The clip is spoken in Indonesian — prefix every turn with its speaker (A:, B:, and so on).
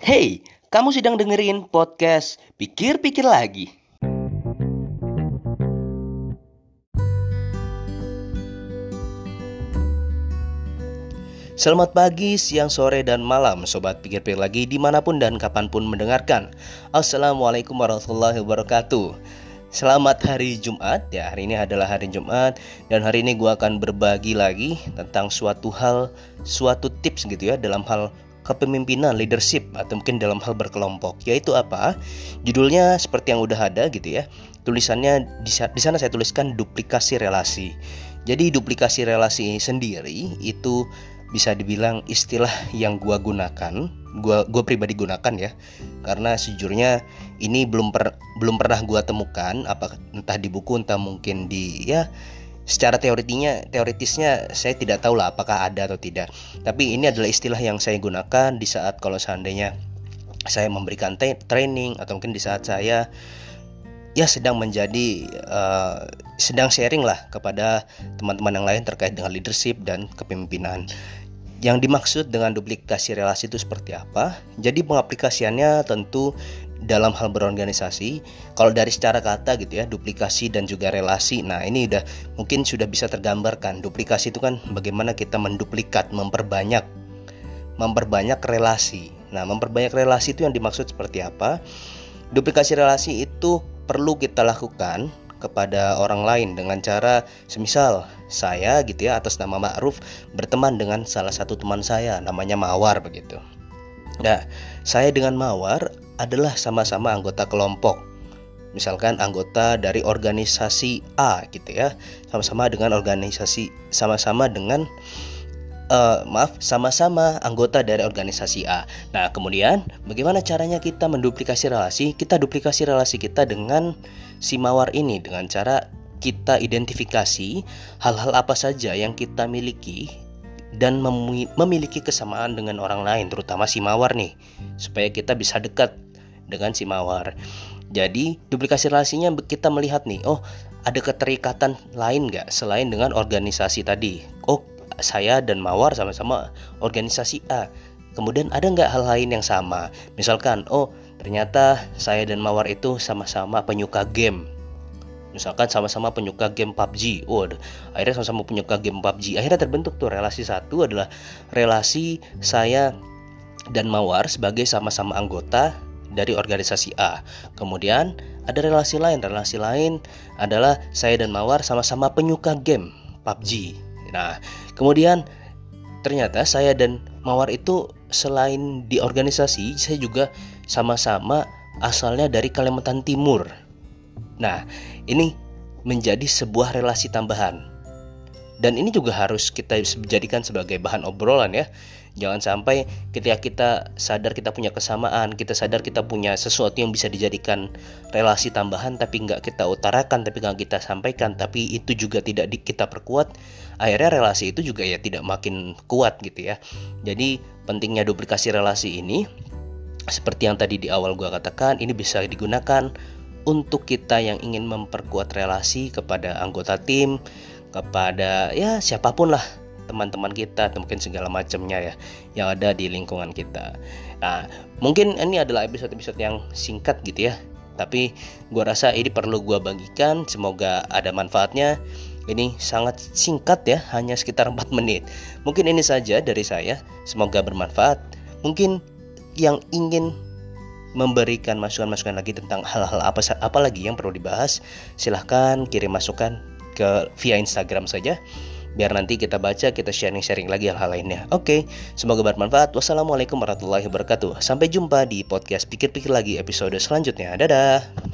A: Hey, kamu sedang dengerin podcast Pikir-Pikir Lagi. Selamat pagi, siang, sore, dan malam Sobat Pikir-Pikir Lagi dimanapun dan kapanpun mendengarkan. Assalamualaikum warahmatullahi wabarakatuh. Selamat hari Jumat ya. Hari ini adalah hari Jumat. Dan hari ini gue akan berbagi lagi tentang suatu tips gitu ya, dalam hal kepemimpinan, leadership, atau mungkin dalam hal berkelompok. Yaitu apa? Judulnya seperti yang udah ada gitu ya. Tulisannya di sana saya tuliskan duplikasi relasi. Jadi duplikasi relasi sendiri itu bisa dibilang istilah yang gua gunakan, gua pribadi gunakan ya. Karena sejujurnya ini belum pernah gua temukan, entah di buku, entah mungkin di secara teoritisnya saya tidak tahu lah apakah ada atau tidak. Tapi ini adalah istilah yang saya gunakan di saat kalau seandainya saya memberikan training, atau mungkin di saat saya sedang sharing lah kepada teman-teman yang lain terkait dengan leadership dan kepemimpinan. Yang dimaksud dengan duplikasi relasi itu seperti apa? Jadi pengaplikasiannya tentu dalam hal berorganisasi. Kalau dari secara kata gitu ya, duplikasi dan juga relasi. Nah, ini mungkin sudah bisa tergambarkan. Duplikasi itu kan bagaimana kita menduplikat, memperbanyak relasi. Nah, memperbanyak relasi itu yang dimaksud seperti apa? Duplikasi relasi itu perlu kita lakukan kepada orang lain dengan cara semisal saya gitu ya, atas nama Ma'ruf berteman dengan salah satu teman saya namanya Mawar begitu. Nah, saya dengan Mawar adalah sama-sama anggota kelompok. Misalkan anggota dari organisasi A gitu ya, sama-sama anggota dari organisasi A. Nah, kemudian bagaimana caranya kita menduplikasi relasi? Kita duplikasi relasi kita dengan si Mawar ini dengan cara kita identifikasi hal-hal apa saja yang kita miliki dan memiliki kesamaan dengan orang lain, terutama si Mawar nih, supaya kita bisa dekat dengan si Mawar. Jadi duplikasi relasinya kita melihat nih, ada keterikatan lain nggak selain dengan organisasi tadi. Saya dan Mawar sama-sama organisasi A. Kemudian ada nggak hal lain yang sama? Misalkan, ternyata saya dan Mawar itu sama-sama penyuka game. Misalkan sama-sama penyuka game PUBG. Akhirnya sama-sama penyuka game PUBG. Akhirnya terbentuk tuh relasi satu adalah relasi saya dan Mawar sebagai sama-sama anggota dari organisasi A. Kemudian ada relasi lain. Relasi lain adalah saya dan Mawar sama-sama penyuka game PUBG. Nah, kemudian ternyata saya dan Mawar itu selain di organisasi, saya juga sama-sama asalnya dari Kalimantan Timur. Nah, ini menjadi sebuah relasi tambahan. Dan ini juga harus kita jadikan sebagai bahan obrolan ya. Jangan sampai ketika kita sadar kita punya kesamaan, kita sadar kita punya sesuatu yang bisa dijadikan relasi tambahan, tapi nggak kita utarakan, tapi nggak kita sampaikan, tapi itu juga tidak kita perkuat, akhirnya relasi itu juga tidak makin kuat gitu ya. Jadi pentingnya duplikasi relasi ini, seperti yang tadi di awal gue katakan, ini bisa digunakan untuk kita yang ingin memperkuat relasi kepada anggota tim, kepada siapapun lah, teman-teman kita atau mungkin segala macamnya ya yang ada di lingkungan kita. Nah, mungkin ini adalah episode-episode yang singkat gitu ya, tapi gua rasa ini perlu gua bagikan, semoga ada manfaatnya. Ini sangat singkat ya, hanya sekitar 4 menit. Mungkin ini saja dari saya, semoga bermanfaat. Mungkin yang ingin memberikan masukan-masukan lagi tentang hal-hal apa lagi yang perlu dibahas, silahkan kirim masukan via Instagram saja, biar nanti kita baca, kita sharing lagi hal-hal lainnya. Oke, semoga bermanfaat. Wassalamualaikum warahmatullahi wabarakatuh. Sampai jumpa di podcast Pikir-Pikir Lagi episode selanjutnya. Dadah.